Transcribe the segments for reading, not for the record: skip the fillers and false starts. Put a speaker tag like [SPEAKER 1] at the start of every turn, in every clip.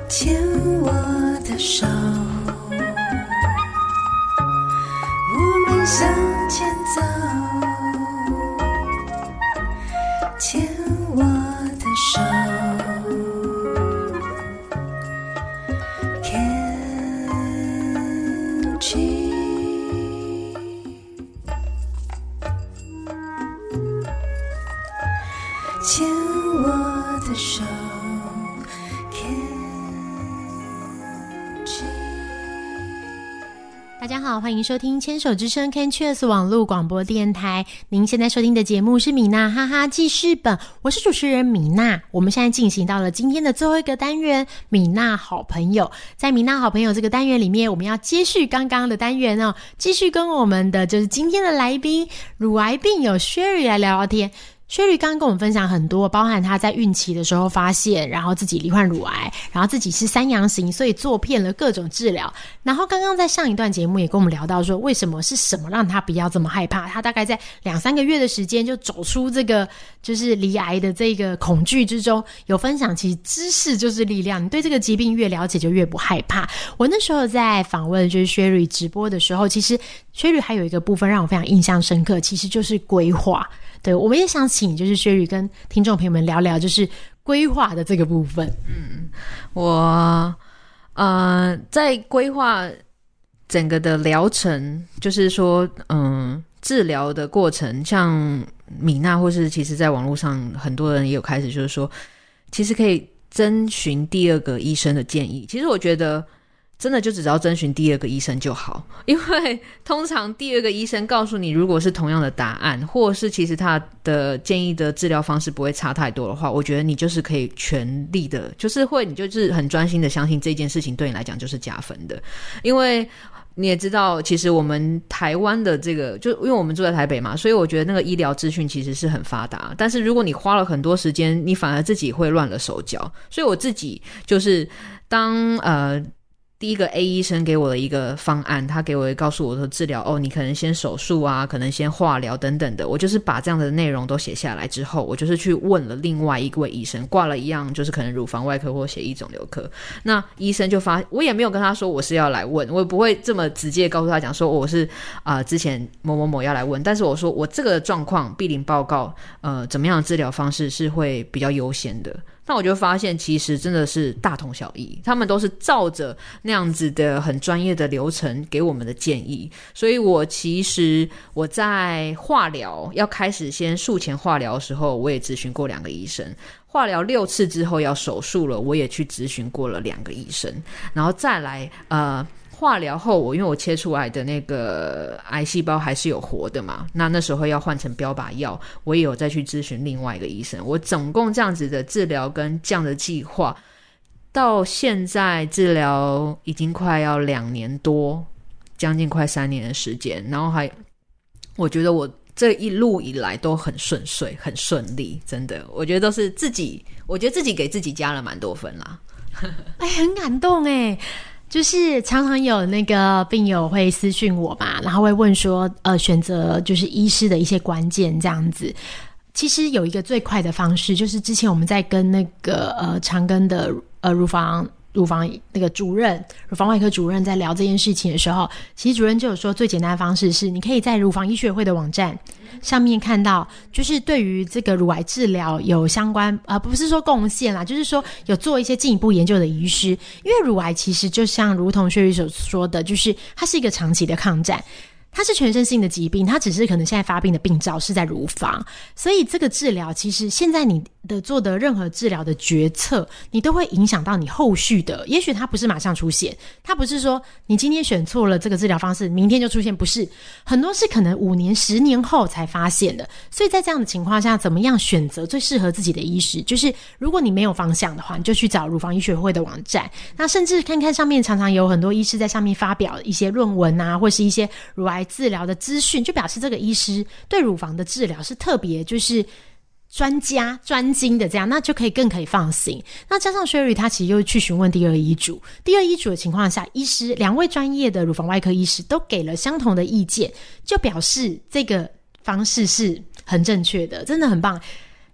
[SPEAKER 1] 牵我的手，我们向前走，牵我的手，牵我的手。
[SPEAKER 2] 大家好，欢迎收听牵手之声 CanCheers 网络广播电台。您现在收听的节目是米娜哈哈记事本，我是主持人米娜。我们现在进行到了今天的最后一个单元，米娜好朋友。在米娜好朋友这个单元里面，我们要接续刚刚的单元哦，继续跟我们的就是今天的来宾乳癌病友 Sherry 来聊聊天。Sherry 刚刚跟我们分享很多，包含她在孕期的时候发现，然后自己罹患乳癌，然后自己是3阳型，所以做遍了各种治疗。然后刚刚在上一段节目也跟我们聊到说，为什么是什么让她不要这么害怕？她大概在2-3个月的时间就走出这个就是罹癌的这个恐惧之中，有分享其实知识就是力量，你对这个疾病越了解就越不害怕。我那时候在访问就是 Sherry 直播的时候，其实 Sherry 还有一个部分让我非常印象深刻，其实就是规划。对，我们也想请就是 Sherry 跟听众朋友们聊聊就是规划的这个部分。
[SPEAKER 3] 我在规划整个的疗程，就是说治疗的过程，像米娜或是其实在网络上很多人也有开始就是说，其实可以征询第二个医生的建议。其实我觉得真的就只要征询第二个医生就好，因为通常第二个医生告诉你如果是同样的答案，或是其实他的建议的治疗方式不会差太多的话，我觉得你就是可以全力的，就是你就是很专心的相信这件事情对你来讲就是加分的。因为你也知道其实我们台湾的这个就因为我们住在台北嘛，所以我觉得那个医疗资讯其实是很发达，但是如果你花了很多时间，你反而自己会乱了手脚。所以我自己就是当第一个 A 医生给我的一个方案，他告诉我的治疗你可能先手术啊，可能先化疗等等的，我就是把这样的内容都写下来之后，我就是去问了另外一位医生，挂了一样就是可能乳房外科或血液肿瘤科。那医生就我也没有跟他说我是要来问，我也不会这么直接告诉他讲说我是之前某某某要来问，但是我说我这个状况毗邻报告怎么样的治疗方式是会比较优先的。那我就发现其实真的是大同小异，他们都是照着那样子的很专业的流程给我们的建议。所以其实我在化疗要开始先术前化疗的时候，我也咨询过2个医生，化疗6次之后要手术了，我也去咨询过了2个医生，然后再来化疗后因为我切出来的那个癌细胞还是有活的嘛，那时候要换成标靶药，我也有再去咨询另外一个医生。我总共这样子的治疗跟这样的计划到现在治疗已经快要2年多，将近快3年的时间，然后我觉得我这一路以来都很顺遂很顺利，真的我觉得都是我觉得自己给自己加了蛮多分啦。
[SPEAKER 2] 很感动就是常常有那个病友会私讯我嘛，然后会问说选择就是医师的一些关键这样子。其实有一个最快的方式，就是之前我们在跟那个长庚的乳房那个主任，乳房外科主任在聊这件事情的时候，其实主任就有说最简单的方式是你可以在乳房医学会的网站上面看到，就是对于这个乳癌治疗有相关不是说贡献啦，就是说有做一些进一步研究的医师。因为乳癌其实就像如同Sherry所说的，就是它是一个长期的抗战，它是全身性的疾病，它只是可能现在发病的病灶是在乳房，所以这个治疗其实现在你的做的任何治疗的决策，你都会影响到你后续的，也许它不是马上出现，它不是说你今天选错了这个治疗方式明天就出现，不是，很多是可能5年10年后才发现的。所以在这样的情况下，怎么样选择最适合自己的医师，就是如果你没有方向的话，你就去找乳房医学会的网站，那甚至看看上面常常有很多医师在上面发表一些论文啊，或是一些乳癌治疗的资讯，就表示这个医师对乳房的治疗是特别就是专家专精的，这样那就更可以放心。那加上 Sherry 他其实又去询问第二医嘱的情况下，医师2位专业的乳房外科医师都给了相同的意见，就表示这个方式是很正确的，真的很棒。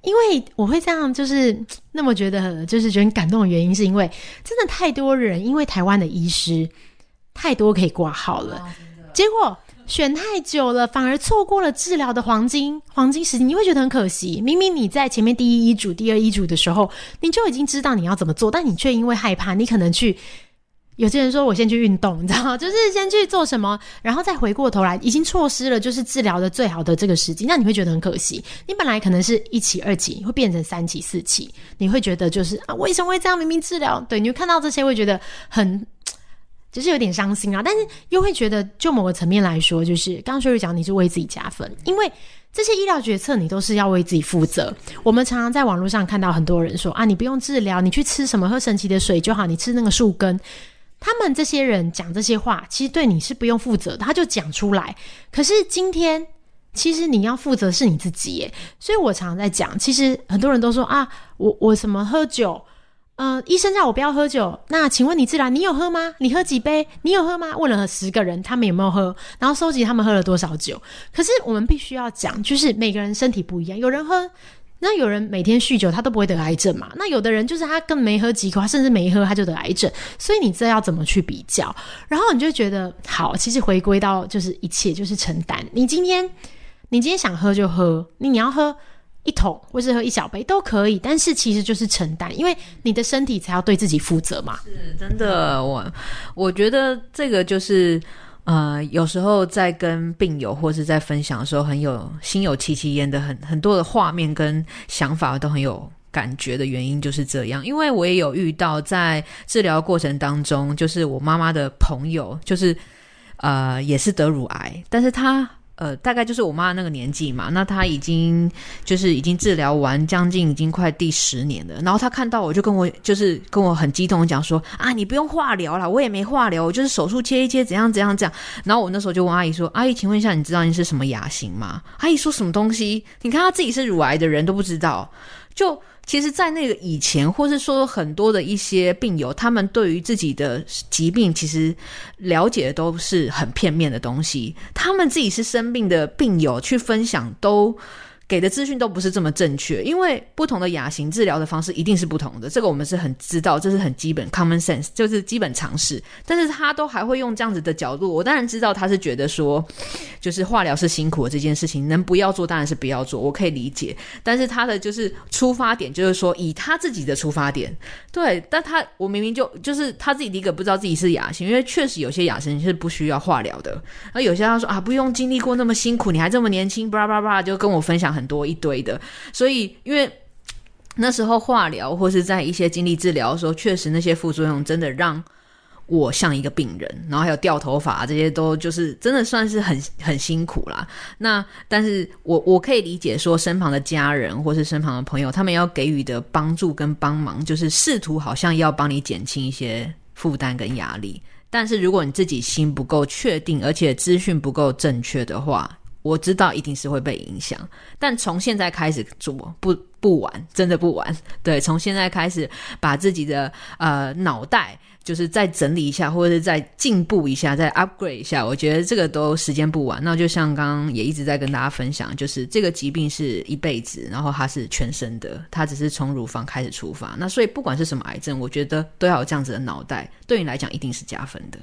[SPEAKER 2] 因为我会这样，就是那么觉得很感动的原因，是因为真的太多人因为台湾的医师太多可以挂号了，结果选太久了，反而错过了治疗的黄金时期，你会觉得很可惜。明明你在前面第一医嘱、第二医嘱的时候，你就已经知道你要怎么做，但你却因为害怕，你可能去。有些人说我先去运动，你知道吗？就是先去做什么，然后再回过头来，已经错失了就是治疗的最好的这个时机，那你会觉得很可惜。你本来可能是1期、2期，会变成3期、4期，你会觉得就是为什么会这样？明明治疗，对，你会看到这些会觉得很。就是有点伤心啊，但是又会觉得，就某个层面来说，就是刚刚Sherry讲，你是为自己加分，因为这些医疗决策你都是要为自己负责。我们常常在网络上看到很多人说你不用治疗，你去吃什么喝神奇的水就好，你吃那个树根。他们这些人讲这些话，其实对你是不用负责的，他就讲出来。可是今天，其实你要负责是你自己耶。所以我常常在讲，其实很多人都说我什么喝酒。医生叫我不要喝酒，那请问你治疗你有喝吗？你喝几杯？你有喝吗？问了10个人他们有没有喝，然后收集他们喝了多少酒。可是我们必须要讲，就是每个人身体不一样，有人喝，那有人每天酗酒他都不会得癌症嘛，那有的人就是他根本没喝几口，他甚至没喝他就得癌症。所以你这要怎么去比较？然后你就觉得好，其实回归到就是一切就是承担。你今天想喝就喝，你要喝1桶或是喝1小杯都可以，但是其实就是承担，因为你的身体才要对自己负责嘛。
[SPEAKER 3] 是真的，我觉得这个就是有时候在跟病友或是在分享的时候，很有心有戚戚焉的很多的画面跟想法都很有感觉的原因就是这样。因为我也有遇到在治疗过程当中，就是我妈妈的朋友，就是也是得乳癌，但是他大概就是我妈那个年纪嘛，那她已经治疗完将近已经快第10年了，然后她看到我就跟我很激动的讲说你不用化疗啦，我也没化疗，我就是手术切一切怎样怎样怎样。然后我那时候就问阿姨说，阿姨请问一下你知道你是什么亚型吗？阿姨说什么东西？你看她自己是乳癌的人都不知道。就其实在那个以前，或是说很多的一些病友，他们对于自己的疾病其实了解的都是很片面的东西，他们自己是生病的病友去分享都给的资讯都不是这么正确，因为不同的亚型治疗的方式一定是不同的，这个我们是很知道，这是很基本 common sense， 就是基本常识。但是他都还会用这样子的角度，我当然知道他是觉得说就是化疗是辛苦的这件事情能不要做当然是不要做，我可以理解。但是他的就是出发点就是说以他自己的出发点，对，但我明明就是他自己第一个不知道自己是亚型，因为确实有些亚型是不需要化疗的，而有些他说不用经历过那么辛苦，你还这么年轻，巴拉巴拉就跟我分享很多一堆的。所以因为那时候化疗或是在一些经历治疗的时候，确实那些副作用真的让我像一个病人，然后还有掉头发，这些都就是真的算是很辛苦啦。那但是我可以理解说身旁的家人或是身旁的朋友，他们要给予的帮助跟帮忙，就是试图好像要帮你减轻一些负担跟压力。但是如果你自己心不够确定，而且资讯不够正确的话，我知道一定是会被影响。但从现在开始做不晚，真的不晚。对，从现在开始把自己的脑袋就是再整理一下，或者是再进步一下，再 upgrade 一下，我觉得这个都时间不晚。那就像刚刚也一直在跟大家分享，就是这个疾病是一辈子，然后它是全身的，它只是从乳房开始出发。那所以不管是什么癌症，我觉得都要有这样子的脑袋，对你来讲一定是加分的。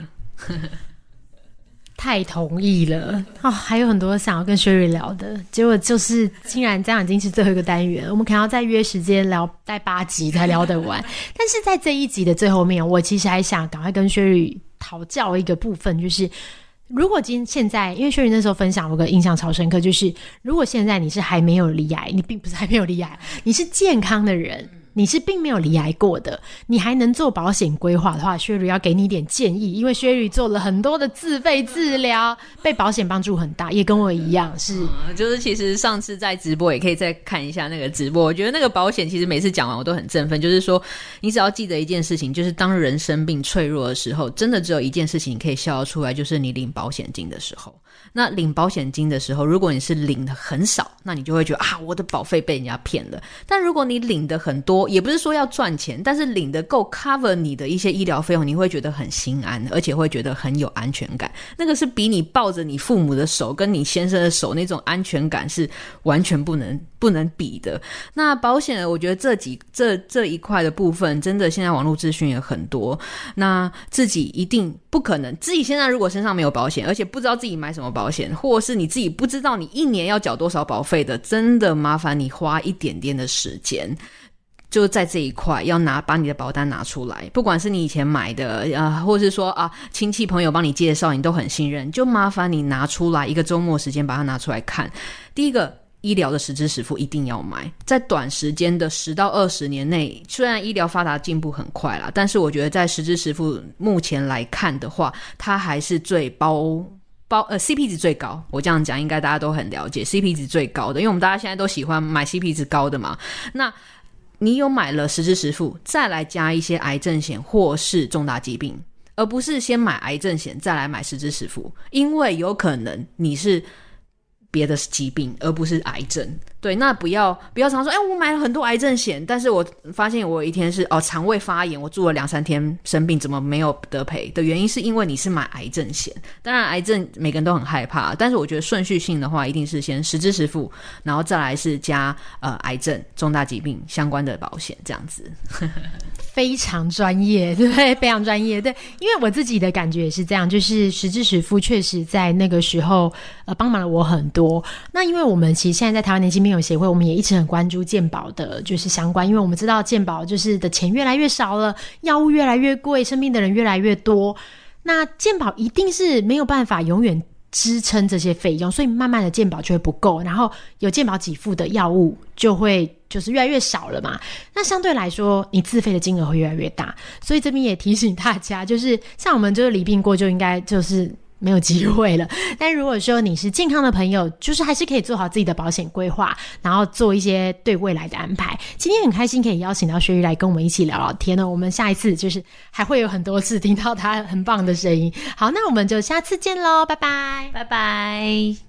[SPEAKER 2] 太同意了还有很多想要跟 Sherry 聊的，结果就是竟然这样已经是最后一个单元，我们可能要再约时间聊带8集才聊得完。但是在这一集的最后面，我其实还想赶快跟 Sherry 讨教一个部分，就是如果现在因为 Sherry 那时候分享我有个印象超深刻，就是如果现在你是还没有罹癌，你并不是还没有罹癌，你是健康的人，你是并没有罹癌过的，你还能做保险规划的话， Sherry 要给你一点建议，因为 Sherry 做了很多的自费治疗，被保险帮助很大，也跟我一样是
[SPEAKER 3] 就是其实上次在直播也可以再看一下那个直播，我觉得那个保险其实每次讲完我都很振奋，就是说你只要记得一件事情，就是当人生病脆弱的时候，真的只有一件事情你可以笑得出来，就是你领保险金的时候。那领保险金的时候，如果你是领的很少，那你就会觉得我的保费被人家骗了。但如果你领的很多， 多，也不是说要赚钱，但是领得够 cover 你的一些医疗费用，你会觉得很心安，而且会觉得很有安全感。那个是比你抱着你父母的手跟你先生的手那种安全感是完全不能比的。那保险我觉得这一块的部分真的现在网络资讯也很多，那自己一定不可能，自己现在如果身上没有保险，而且不知道自己买什么保险，或是你自己不知道你一年要缴多少保费的，真的麻烦你花一点点的时间，就在这一块要把你的保单拿出来，不管是你以前买的或是说亲戚朋友帮你介绍你都很信任，就麻烦你拿出来一个周末时间把它拿出来看。第一个，医疗的实支实付一定要买，在短时间的10到20年内，虽然医疗发达进步很快啦，但是我觉得在实支实付目前来看的话，它还是最CP 值最高。我这样讲应该大家都很了解 CP 值最高的，因为我们大家现在都喜欢买 CP 值高的嘛。那你有买了实支实付，再来加一些癌症险或是重大疾病，而不是先买癌症险再来买实支实付，因为有可能你是别的疾病而不是癌症。对，那不要常说我买了很多癌症险，但是我发现我有一天是肠胃发炎，我住了2-3天生病，怎么没有得赔的原因是因为你是买癌症险。当然癌症每个人都很害怕，但是我觉得顺序性的话一定是先实支实付，然后再来是加癌症重大疾病相关的保险，这样子。
[SPEAKER 2] 非常专业，对不对？非常专业。对，因为我自己的感觉也是这样，就是实支实付确实在那个时候帮忙了我很多。那因为我们其实现在在台湾年轻病友协会，我们也一直很关注健保的就是相关，因为我们知道健保就是的钱越来越少了，药物越来越贵，生病的人越来越多，那健保一定是没有办法永远支撑这些费用，所以慢慢的健保就会不够，然后有健保给付的药物就会就是越来越少了嘛。那相对来说你自费的金额会越来越大，所以这边也提醒大家，就是像我们就是罹病过就应该就是没有机会了。但如果说你是健康的朋友，就是还是可以做好自己的保险规划，然后做一些对未来的安排。今天很开心可以邀请到薛玉来跟我们一起聊聊天呢，我们下一次就是还会有很多次听到他很棒的声音。好，那我们就下次见咯，拜拜，
[SPEAKER 3] 拜拜。